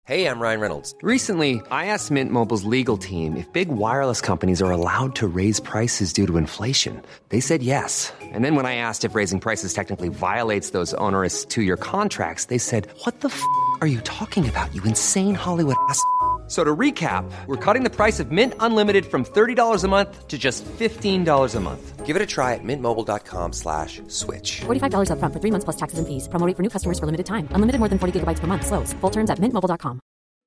Hey, I'm Ryan Reynolds. Recently, I asked Mint Mobile's legal team if big wireless companies are allowed to raise prices due to inflation. They said yes. And then when I asked if raising prices technically violates those onerous two-year contracts, they said, "What the are you talking about, you insane Hollywood ass?" So to recap, we're cutting the price of Mint Unlimited from $30 a month to just $15 a month. Give it a try at mintmobile.com/switch. $45 up front for 3 months plus taxes and fees. Promo rate for new customers for limited time. Unlimited more than 40 gigabytes per month. Slows full terms at mintmobile.com.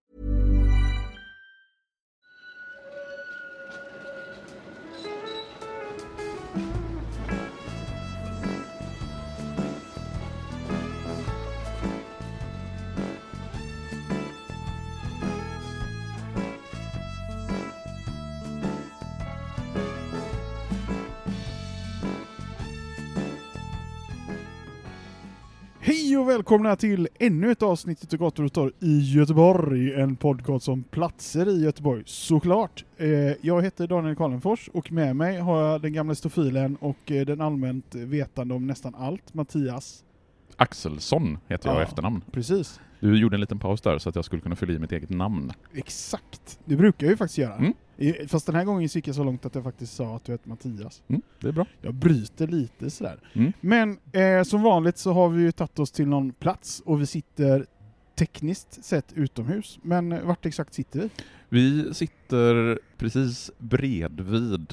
Hej och välkomna till ännu ett avsnitt av Gator och torg i Göteborg. En podcast om platser i Göteborg, såklart. Jag heter Daniel Karlenfors och med mig har jag den gamla stofilen och den allmänt vetande om nästan allt, Mattias Axelsson heter jag i efternamn. Precis. Du gjorde en liten paus där så att jag skulle kunna fylla i mitt eget namn. Exakt. Det brukar jag ju faktiskt göra. Fast den här gången gick jag så långt att jag faktiskt sa att du heter Mattias. Det är bra. Jag bryter lite sådär. Men som vanligt så har vi ju tagit oss till någon plats och vi sitter tekniskt sett utomhus. Men vart exakt sitter vi? Vi sitter precis bredvid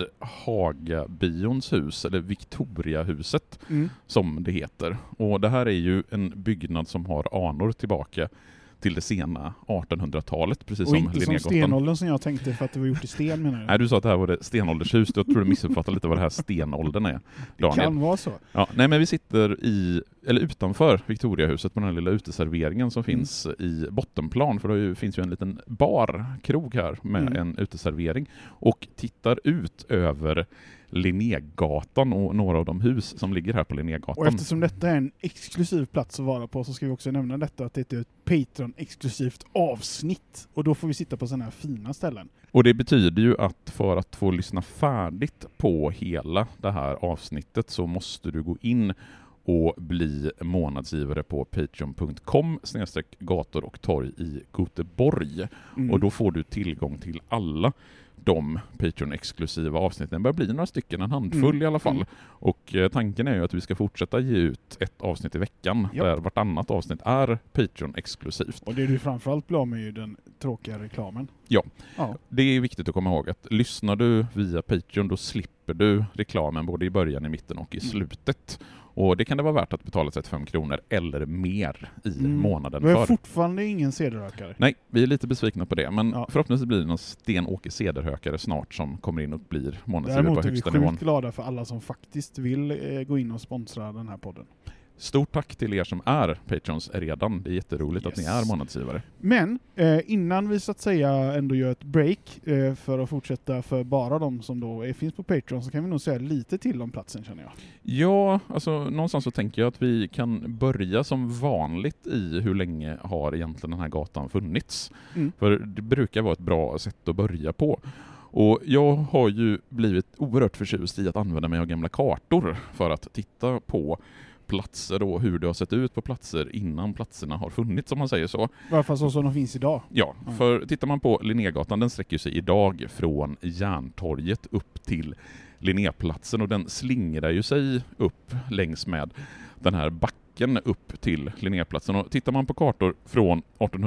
Hagabions hus, eller Victoriahuset som det heter. Och det här är ju en byggnad som har anor tillbaka till det sena 1800-talet, precis och som inte Linnégatan. Som stenåldern som jag tänkte för att det var gjort i sten, menar jag. Nej, du sa att det här var det stenåldershus. Jag tror du missuppfattade lite vad det här stenåldern är, Daniel. Det kan vara så. Ja, nej, men vi sitter utanför Victoriahuset på den här lilla uteserveringen som finns i bottenplan, för det finns ju en liten barkrog här med en uteservering och tittar ut över Linnégatan och några av de hus som ligger här på Linnégatan. Och eftersom detta är en exklusiv plats att vara på så ska vi också nämna detta att det är ett Patreon-exklusivt avsnitt. Och då får vi sitta på sådana här fina ställen. Och det betyder ju att för att få lyssna färdigt på hela det här avsnittet så måste du gå in och bli månadsgivare på patreon.com/gator och torg i Göteborg. Och då får du tillgång till alla de Patreon-exklusiva avsnitten. Det börjar bli några stycken, en handfull i alla fall. Och tanken är ju att vi ska fortsätta ge ut ett avsnitt i veckan där vartannat avsnitt är Patreon-exklusivt. Och det du framförallt blir med är ju den tråkiga reklamen. Ja, det är viktigt att komma ihåg att lyssnar du via Patreon då slipper du reklamen både i början, i mitten och i slutet. Och det kan det vara värt att betala 35 kronor eller mer i månaden för. Du är fortfarande ingen cederhökare. Nej, vi är lite besvikna på det. Men förhoppningsvis blir det någon Sten-Åke cederhökare snart som kommer in och blir månadsgivare på högsta nivån. Däremot är vi sjukt glada för alla som faktiskt vill gå in och sponsra den här podden. Stort tack till er som är Patrons redan. Det är jätteroligt att ni är månadsgivare. Men innan vi så att säga ändå gör ett break för att fortsätta för bara de som då finns på Patreon så kan vi nog säga lite till om platsen, känner jag. Ja, alltså någonstans så tänker jag att vi kan börja som vanligt i hur länge har egentligen den här gatan funnits. För det brukar vara ett bra sätt att börja på. Och jag har ju blivit oerhört förtjust i att använda mig av gamla kartor för att titta på platser och hur det har sett ut på platser innan platserna har funnits, som man säger så. Varför så som de finns idag? Ja, för tittar man på Linnégatan, den sträcker sig idag från Järntorget upp till Linnéplatsen och den slingrar ju sig upp längs med den här backen upp till Linnéplatsen. Och tittar man på kartor från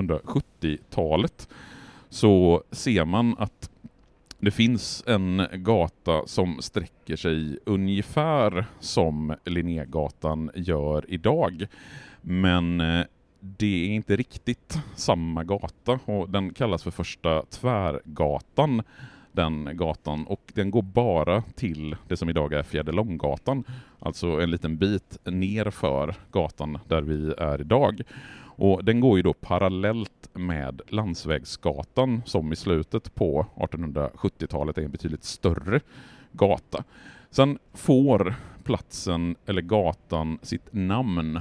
1870-talet så ser man att det finns en gata som sträcker sig ungefär som Linnégatan gör idag. Men det är inte riktigt samma gata och den kallas för Första Tvärgatan, den gatan. Och den går bara till det som idag är Fjärde Långgatan. Alltså en liten bit nerför gatan där vi är idag. Och den går ju då parallellt med Landsvägsgatan som i slutet på 1870-talet är en betydligt större gata. Sen får platsen eller gatan sitt namn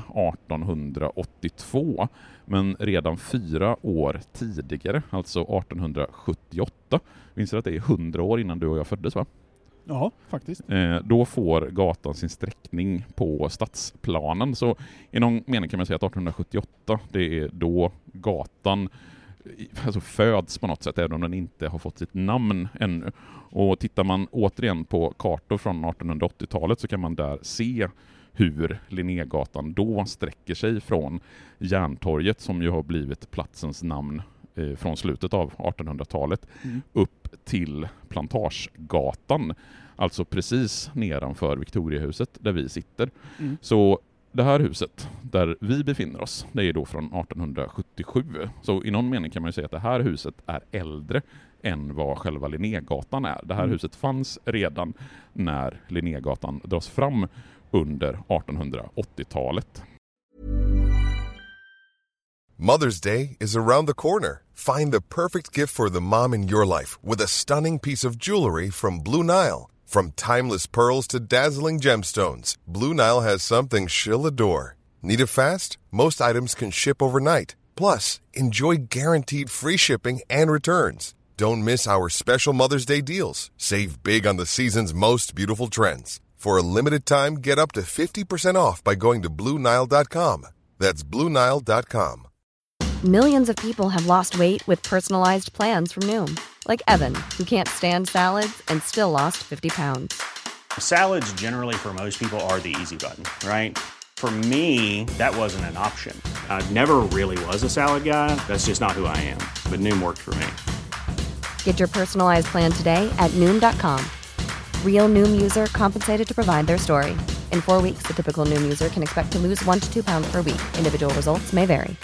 1882, men redan 4 år tidigare, alltså 1878. Minns du att det är 100 år innan du och jag föddes, va? Ja, faktiskt. Då får gatan sin sträckning på stadsplanen. Så i någon mening kan man säga att 1878, det är då gatan alltså föds på något sätt, även om den inte har fått sitt namn ännu. Och tittar man återigen på kartor från 1880-talet så kan man där se hur Linnégatan då sträcker sig från Järntorget, som ju har blivit platsens namn från slutet av 1800-talet, upp till Plantagegatan, alltså precis nedanför Victoriahuset där vi sitter. Så det här huset där vi befinner oss, det är då från 1877. Så i någon mening kan man ju säga att det här huset är äldre än vad själva Linnégatan är. Det här huset fanns redan när Linnégatan dras fram under 1880-talet. Mother's Day is around the corner. Find the perfect gift for the mom in your life with a stunning piece of jewelry from Blue Nile. From timeless pearls to dazzling gemstones, Blue Nile has something she'll adore. Need it fast? Most items can ship overnight. Plus, enjoy guaranteed free shipping and returns. Don't miss our special Mother's Day deals. Save big on the season's most beautiful trends. For a limited time, get up to 50% off by going to BlueNile.com. That's BlueNile.com. Millions of people have lost weight with personalized plans from Noom. Like Evan, who can't stand salads and still lost 50 pounds. Salads generally for most people are the easy button, right? For me, that wasn't an option. I never really was a salad guy. That's just not who I am. But Noom worked for me. Get your personalized plan today at Noom.com. Real Noom user compensated to provide their story. In 4 weeks, the typical Noom user can expect to lose 1 to 2 pounds per week. Individual results may vary.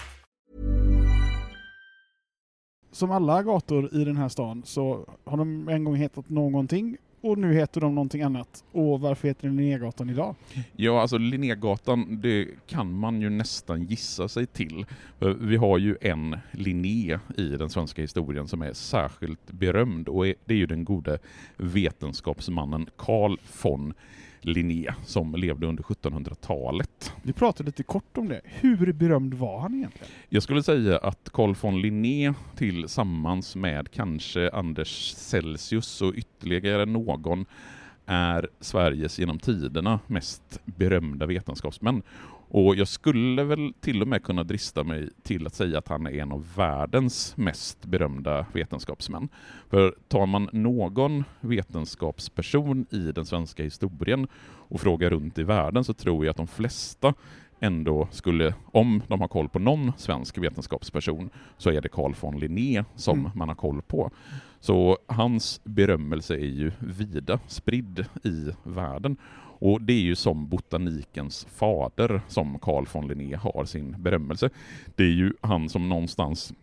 Som alla gator i den här stan så har de en gång hetat någonting och nu heter de någonting annat. Och varför heter den Linnégatan idag? Ja, alltså Linnégatan, det kan man ju nästan gissa sig till. Vi har ju en Linné i den svenska historien som är särskilt berömd, och det är ju den gode vetenskapsmannen Carl von Linné som levde under 1700-talet. Vi pratade lite kort om det. Hur berömd var han egentligen? Jag skulle säga att Carl von Linné tillsammans med kanske Anders Celsius och ytterligare någon är Sveriges genom tiderna mest berömda vetenskapsmän. Och jag skulle väl till och med kunna drista mig till att säga att han är en av världens mest berömda vetenskapsmän. För tar man någon vetenskapsperson i den svenska historien och frågar runt i världen, så tror jag att de flesta ändå skulle, om de har koll på någon svensk vetenskapsperson, så är det Carl von Linné som man har koll på. Så hans berömmelse är ju vida spridd i världen. Och det är ju som botanikens fader som Carl von Linné har sin berömmelse. Det är ju han som någonstans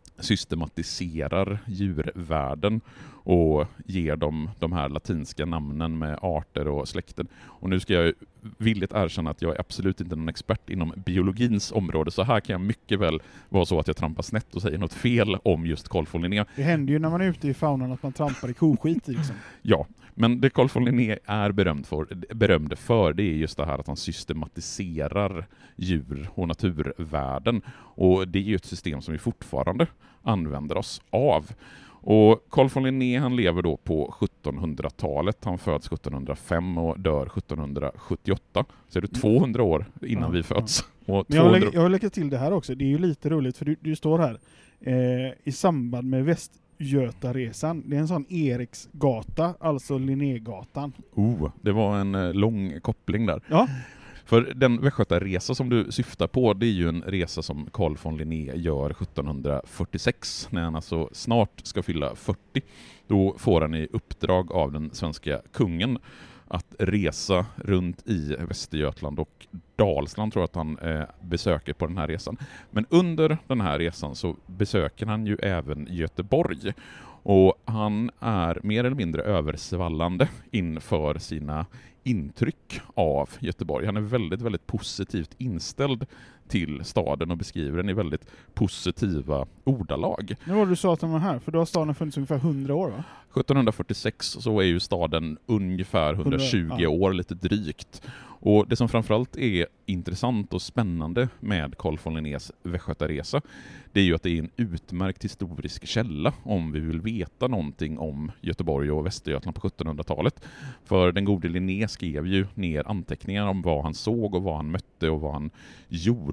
systematiserar djurvärlden och ger dem de här latinska namnen med arter och släkten. Och nu ska jag villigt erkänna att jag är absolut inte någon expert inom biologins område, så här kan jag mycket väl vara så att jag trampar snett och säger något fel om just Carl von Linné. Det händer ju när man är ute i faunan att man trampar i koskit liksom. Ja, men det Carl von Linné är berömd för, det är just det här att han systematiserar djur- och naturvärlden. Och det är ju ett system som vi fortfarande använder oss av. Och Carl von Linné, han lever då på 1700-talet. Han föds 1705 och dör 1778. Så är det 200 år innan vi föds. Och jag vill lägga till det här också. Det är ju lite roligt för du står här i samband med Västgötaresan. Det är en sån Eriksgata, alltså Linnégatan. Det var en lång koppling där. Ja. För den Västgötaresa som du syftar på, det är ju en resa som Carl von Linné gör 1746, när han alltså snart ska fylla 40. Då får han i uppdrag av den svenska kungen att resa runt i Västergötland och Dalsland, tror jag att han besöker på den här resan. Men under den här resan så besöker han ju även Göteborg. Och han är mer eller mindre översvallande inför sina intryck av Göteborg. Han är väldigt, väldigt positivt inställd till staden och beskriver den i väldigt positiva ordalag. Nu var du sa att den var här, för då har staden funnits ungefär 100 år, va? 1746 så är ju staden ungefär 120 år, lite drygt. Och det som framförallt är intressant och spännande med Carl von Linnés Västgötaresa, det är ju att det är en utmärkt historisk källa om vi vill veta någonting om Göteborg och Västergötland på 1700-talet. För den gode Linné skrev ju ner anteckningar om vad han såg och vad han mötte och vad han gjorde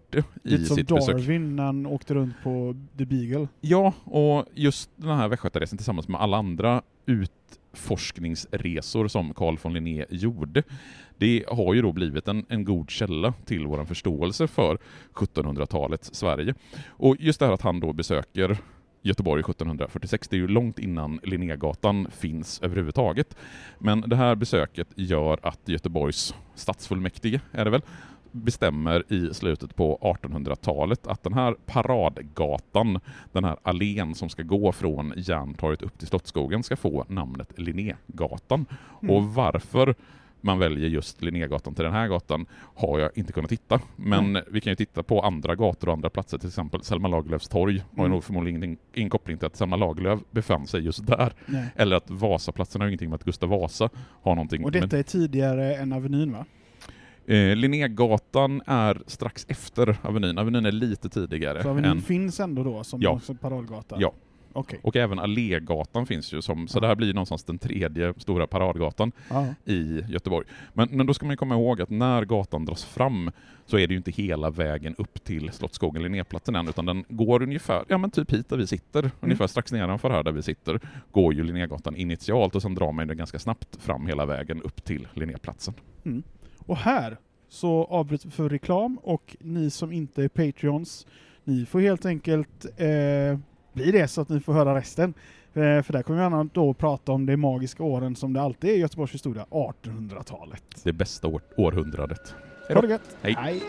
i lite som sitt Darwin besök. när han åkte runt på The Beagle. Ja, och just den här västgötaresan tillsammans med alla andra utforskningsresor som Carl von Linné gjorde, det har ju då blivit en god källa till vår förståelse för 1700-talets Sverige. Och just det här att han då besöker Göteborg 1746, det är ju långt innan Linnégatan finns överhuvudtaget. Men det här besöket gör att Göteborgs stadsfullmäktige, är det väl, bestämmer i slutet på 1800-talet att den här paradgatan, den här allén som ska gå från Järntorget upp till Slottsskogen, ska få namnet Linnégatan. Och varför man väljer just Linnégatan till den här gatan har jag inte kunnat hitta. Men vi kan ju titta på andra gator och andra platser, till exempel Selma Lagerlöfs torg har nog förmodligen ingen koppling till att Selma Lagerlöf befann sig just där. Nej. Eller att Vasaplatsen har ingenting med att Gustav Vasa har någonting. Och detta är tidigare än Avenyn, va? Linnégatan är strax efter Avenyn. Avenyn är lite tidigare. Så Avenyn finns ändå då som också paradgata? Ja. Okay. Och även Allégatan finns ju som, så det här blir någonstans den tredje stora paradgatan i Göteborg. Men då ska man ju komma ihåg att när gatan dras fram så är det ju inte hela vägen upp till Slottsskogen Linnéplatsen än, utan den går ungefär, typ hit där vi sitter, ungefär strax nedanför här där vi sitter, går ju Linnégatan initialt och sen drar man den ganska snabbt fram hela vägen upp till Linnéplatsen. Mm. Och här så avbryter vi för reklam, och ni som inte är Patreons, ni får helt enkelt bli det så att ni får höra resten. För där kommer vi gärna då prata om de magiska åren som det alltid är i Göteborgs historia, 1800-talet. Det bästa århundradet. Ha det gött. Hej. Hej.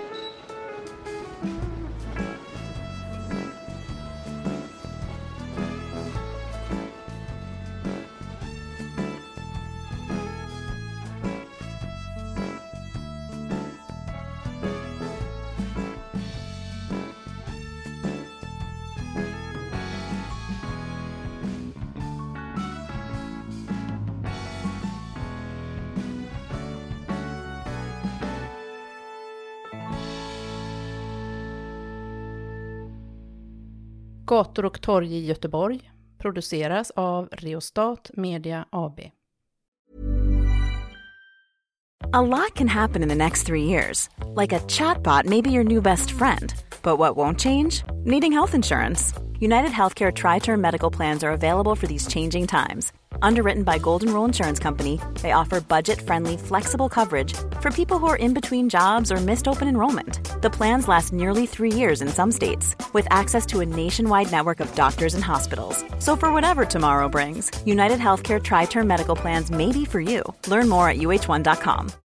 Gator och torg i Göteborg produceras av Reostat Media AB. A lot can happen in the next 3 years. Like a chatbot may be your new best friend. But what won't change? Needing health insurance. United Healthcare Tri-Term Medical Plans are available for these changing times. Underwritten by Golden Rule Insurance Company, they offer budget-friendly, flexible coverage for people who are in between jobs or missed open enrollment. The plans last nearly 3 years in some states, with access to a nationwide network of doctors and hospitals. So for whatever tomorrow brings, United Healthcare Tri-Term Medical Plans may be for you. Learn more at uh1.com.